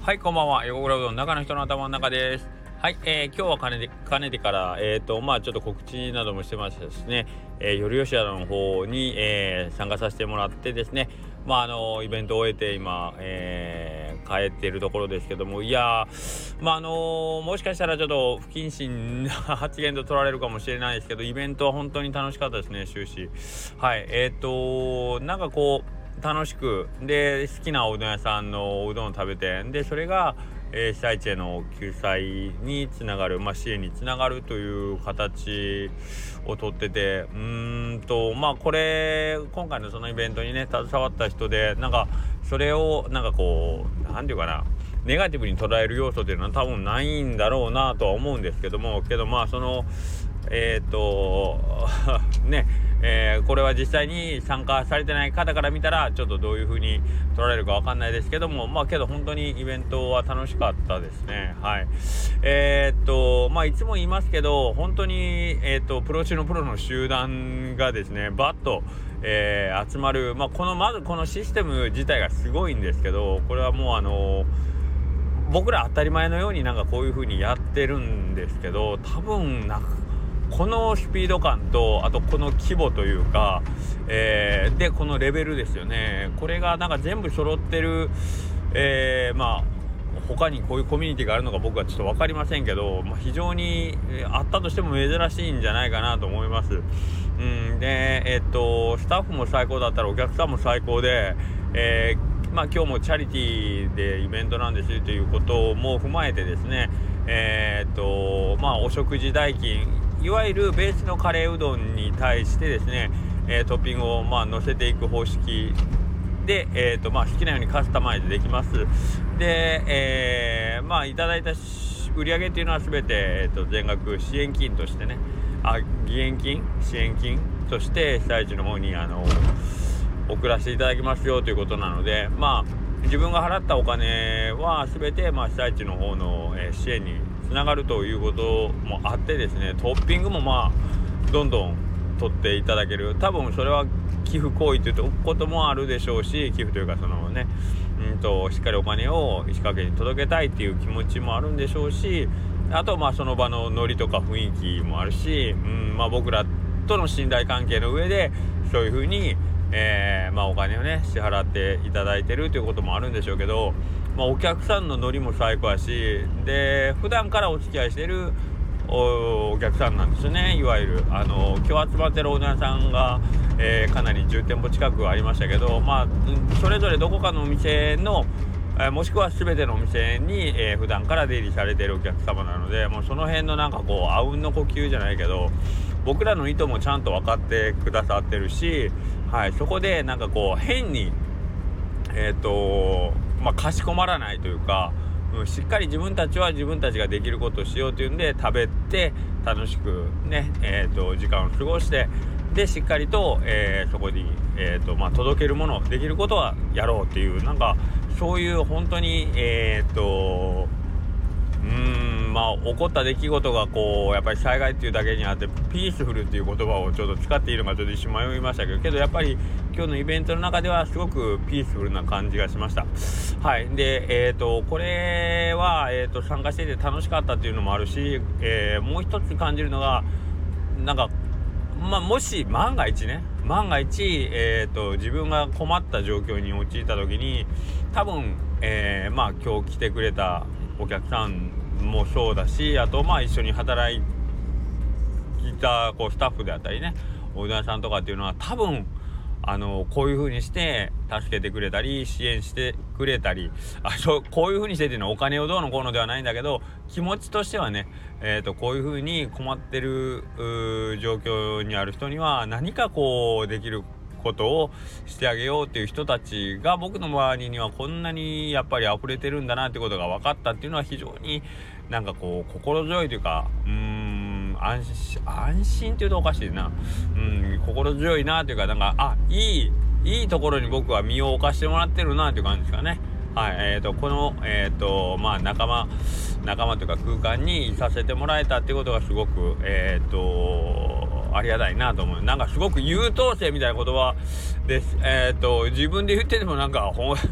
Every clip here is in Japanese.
はい、こんばんは。横倉うどん中の人の頭の中です。はい、今日はかねてから、ちょっと告知などもしてましてですね、夜吉原の方に、参加させてもらってですね、イベントを終えて今、帰っているところですけども、いやー、もしかしたらちょっと不謹慎な発言と取られるかもしれないですけど、イベントは本当に楽しかったですね、終始。はい、なんかこう、楽しくで好きなおうどん屋さんのおうどんを食べて、でそれが、被災地への救済につながる、支援につながるという形をとってて、これ今回のそのイベントにね携わった人で、なんかそれをなんかこうなんていうかな、ネガティブに捉える要素っていうのは多分ないんだろうなとは思うんですけども、そのねこれは実際に参加されてない方から見たらちょっとどういう風に取られるかわかんないですけども、けど本当にイベントは楽しかったですね。はい。いつも言いますけど、本当にプロ中のプロの集団がですねバッと、集まる、まずこのシステム自体がすごいんですけど、これはもう僕ら当たり前のようになんかこういう風にやってるんですけど、多分このスピード感と、あとこの規模というか、でこのレベルですよね。これがなんか全部揃ってる、他にこういうコミュニティがあるのか僕はちょっと分かりませんけど、非常に、あったとしても珍しいんじゃないかなと思います。でスタッフも最高だったらお客さんも最高で、今日もチャリティーでイベントなんですということも踏まえてですね、お食事代金、いわゆるベースのカレーうどんに対してですね、トッピングを乗せていく方式で、好きなようにカスタマイズできます。で、いただいた売り上げっていうのは全て、全額支援金としてね、義援金支援金として被災地の方に送らせていただきますよということなので、自分が払ったお金は全て、被災地の方の、支援につながるということもあってですね、トッピングもどんどん取っていただける。多分それは寄付行為ということもあるでしょうし、寄付というかそのね、しっかりお金を石川県に届けたいっていう気持ちもあるんでしょうし、あとその場のノリとか雰囲気もあるし、僕らとの信頼関係の上でそういう風にお金をね支払っていただいてるということもあるんでしょうけど、お客さんのノリも最高やし、で普段からお付き合いしてるお客さんなんですよね。いわゆる今日集まってるオーナーさんが、かなり10店舗近くありましたけど、それぞれどこかのお店のもしくは全てのお店に、普段から出入りされているお客様なので、もうその辺のなんかこうあうんの呼吸じゃないけど、僕らの意図もちゃんと分かってくださってるし、そこでなんかこう変にかしこまらないというか、しっかり自分たちは自分たちができることをしようというんで食べて楽しくね、時間を過ごして、でしっかりと、そこに、届けるものできることはやろうっていう、なんかそういう本当に起こった出来事がこうやっぱり災害っていうだけにあって、ピースフルっていう言葉をちょっと使っているのがちょっと一瞬迷いましたけど、やっぱり今日のイベントの中ではすごくピースフルな感じがしました。はい。でこれは、参加していて楽しかったっていうのもあるし、もう一つ感じるのがなんかもし万が一、自分が困った状況に陥った時に、多分、今日来てくれたお客さんもそうだし、あと一緒に働いたスタッフであったりね、おうどん屋さんとかっていうのは多分こういう風にして助けてくれたり支援してくれたり、こういう風にしてっていうのはお金をどうのこうのではないんだけど、気持ちとしてはね、こういう風に困ってる状況にある人には何かこうできることをしてあげようっていう人たちが僕の周りにはこんなにやっぱり溢れてるんだなってことが分かったっていうのは、非常になんかこう心強いというか、安心っていうとおかしいな、心強いなというか、なんかいいところに僕は身を置かしてもらってるなという感じですかね。はい。この仲間というか空間にいさせてもらえたっていうことがすごくありがたいなと思う。なんかすごく優等生みたいな言葉です。自分で言っててもなんか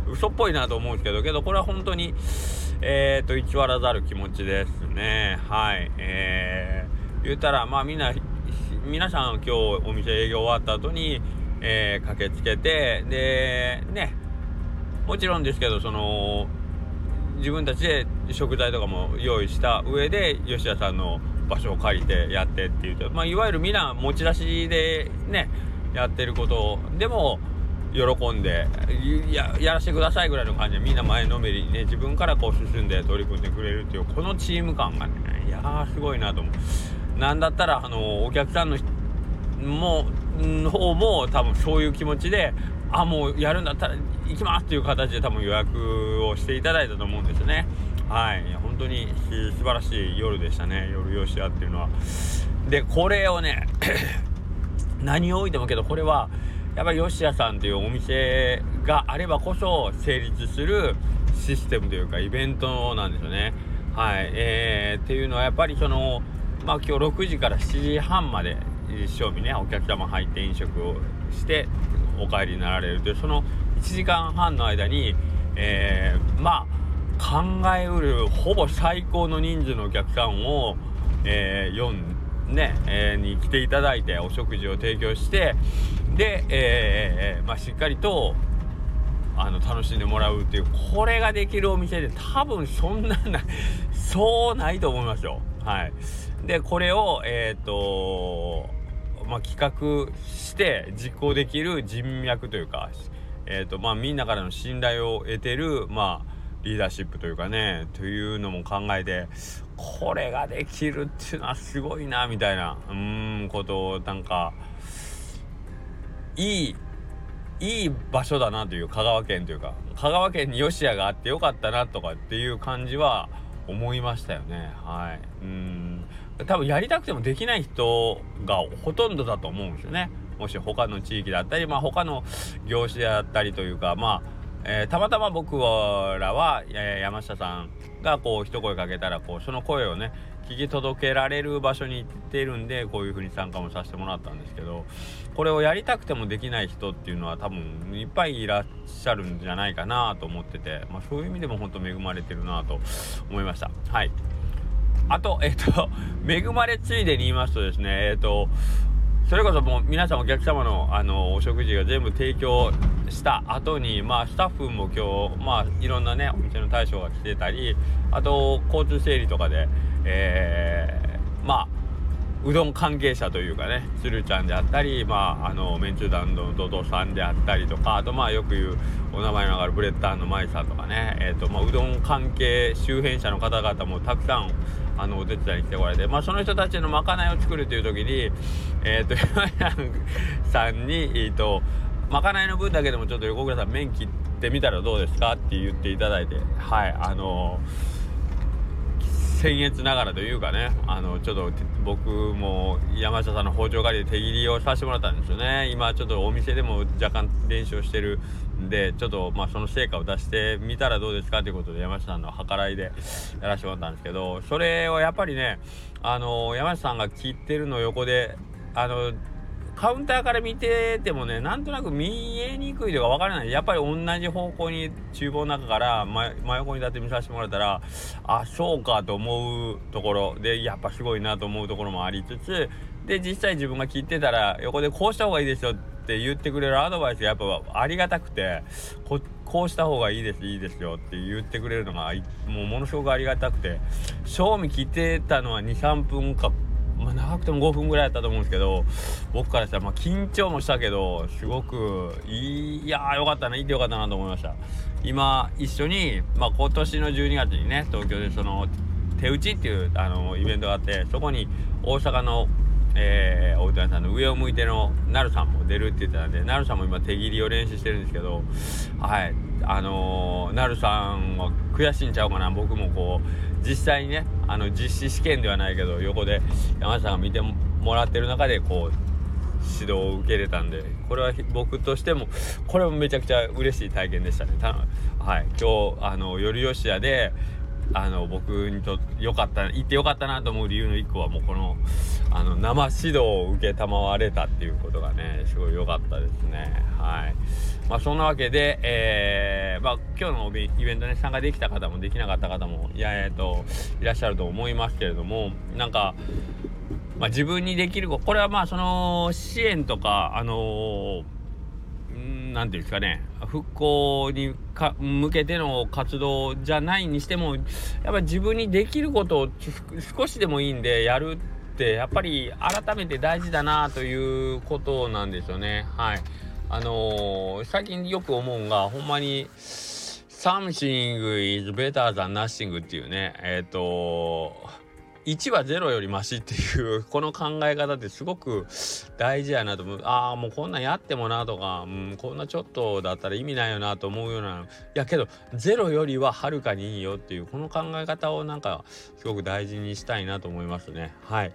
嘘っぽいなと思うんですけどこれは本当に偽らざる気持ちですね。はい。言ったら皆さん今日お店営業終わった後に、駆けつけてでね、もちろんですけど自分たちで食材とかも用意した上で吉田さんの場所を借りてやってっていうと、いわゆるみんな持ち出しでねやってることでも喜んでやらせてくださいぐらいの感じでみんな前のめりにね自分からこう進んで取り組んでくれるっていうこのチーム感がねすごいなと思う。なんだったらお客さんの方も多分そういう気持ちでもうやるんだったら行きますっていう形で多分予約をしていただいたと思うんですよね。はい。本当に素晴らしい夜でしたね。夜吉屋っていうのは。でこれをね何を置いてもけどこれはやっぱり吉屋さんというお店があればこそ成立するシステムというかイベントなんですよね。はい。っていうのはやっぱり今日6時から7時半まで正味ねお客様入って飲食をしてお帰りになられるというその1時間半の間に考えうるほぼ最高の人数のお客さんを、に来ていただいてお食事を提供してで、しっかりと楽しんでもらうっていうこれができるお店で多分そうないと思いますよ。はい。でこれを企画して実行できる人脈というかみんなからの信頼を得てるリーダーシップというかねというのも考えてこれができるっていうのはすごいなみたいなことをいい場所だなという香川県というか香川県に吉屋があってよかったなとかっていう感じは思いましたよね。はい。多分やりたくてもできない人がほとんどだと思うんですよね。もし他の地域だったり他の業種だったりというかたまたま僕らは、山下さんが一声かけたらその声をね聞き届けられる場所に行っているんでこういう風に参加もさせてもらったんですけどこれをやりたくてもできない人っていうのは多分いっぱいいらっしゃるんじゃないかなと思っててそういう意味でも本当恵まれてるなと思いました。はい。あと恵まれついでに言いますとですねそれこそもう皆さんお客様のお食事が全部提供した後にスタッフも今日いろんなねお店の大将が来てたりあと交通整理とかでうどん関係者というかね鶴ちゃんであったりメンチュダンドのドドさんであったりとかあとよく言うお名前の上がるブレッダーのマイさんとかねうどん関係周辺者の方々もたくさんお手伝いに来てこられてその人たちのまかないを作るという時に山谷さんにまかないの分だけでもちょっと横倉さん麺切ってみたらどうですかって言っていただいてはい僭越ながらというかねちょっと僕も山下さんの包丁狩りで手切りをさせてもらったんですよね。今ちょっとお店でも若干練習をしてるんでちょっとその成果を出してみたらどうですかということで山下さんの計らいでやらせてもらったんですけどそれをやっぱりね山下さんが切ってるの横でカウンターから見ててもねなんとなく見えにくいとか分からないやっぱり同じ方向に厨房の中から真横に立って見させてもらったらそうかと思うところでやっぱすごいなと思うところもありつつで実際自分が切ってたら横でこうした方がいいですよって言ってくれるアドバイスがやっぱありがたくてこうした方がいいですよって言ってくれるのがものすごくありがたくて賞味切ってたのは 2,3 分か長くても5分ぐらいだったと思うんですけど僕からしたら緊張もしたけどすごくよかったな行ってよかったなと思いました。今一緒に、今年の12月にね東京でその手打ちっていうイベントがあってそこに大阪のおうどん屋さんの上を向いてのなるさんも出るって言ってたんでなるさんも今手切りを練習してるんですけどはいなるさんは悔しいんちゃうかな。僕も実際にね実施試験ではないけど横で山下さんが見てもらってる中で指導を受けれたんでこれは僕としてもこれもめちゃくちゃ嬉しい体験でしたね。はい。今日夜吉屋で僕にとって行ってよかったなと思う理由の一個はもうこの生指導を受けたまわれたっていうことがねすごい良かったですね。はい。そんなわけで、今日のイベントに参加できた方もできなかった方もいらっしゃると思いますけれども、なんか、自分にできるこれはその支援とかなんていうんですかね、復興に向けての活動じゃないにしてもやっぱり自分にできることを少しでもいいんでやるってやっぱり改めて大事だなということなんですよね。はい。最近よく思うんがほんまに Something is better than nothing っていうね1は0よりマシっていうこの考え方ってすごく大事やなと思う。もうこんなんやってもなとか、こんなちょっとだったら意味ないよなと思うような、けど0よりははるかにいいよっていうこの考え方をなんかすごく大事にしたいなと思いますね。はい。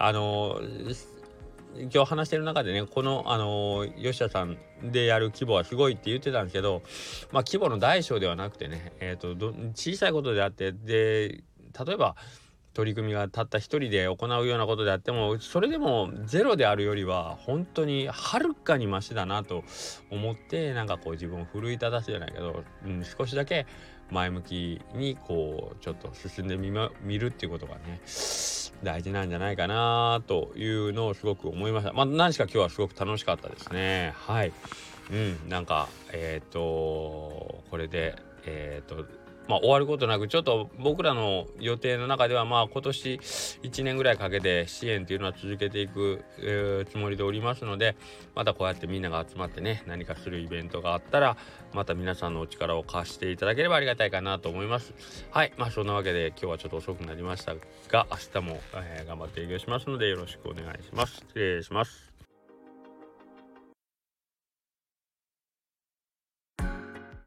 今日話してる中でねこの吉田さんでやる規模はすごいって言ってたんですけど、規模の大小ではなくてね小さいことであってで例えば取り組みがたった一人で行うようなことであってもそれでもゼロであるよりは本当にはるかにマシだなと思ってなんかこう自分を奮い立たすじゃないけど、少しだけ前向きにこうちょっと進んでみるっていうことがね大事なんじゃないかなというのをすごく思いました。何しか今日はすごく楽しかったですね。はい。なんかこれで終わることなくちょっと僕らの予定の中では今年1年ぐらいかけて支援というのは続けていく、つもりでおりますので、またこうやってみんなが集まってね何かするイベントがあったらまた皆さんのお力を貸していただければありがたいかなと思います。はい。そんなわけで今日はちょっと遅くなりましたが明日も、頑張って営業しますのでよろしくお願いします。失礼します。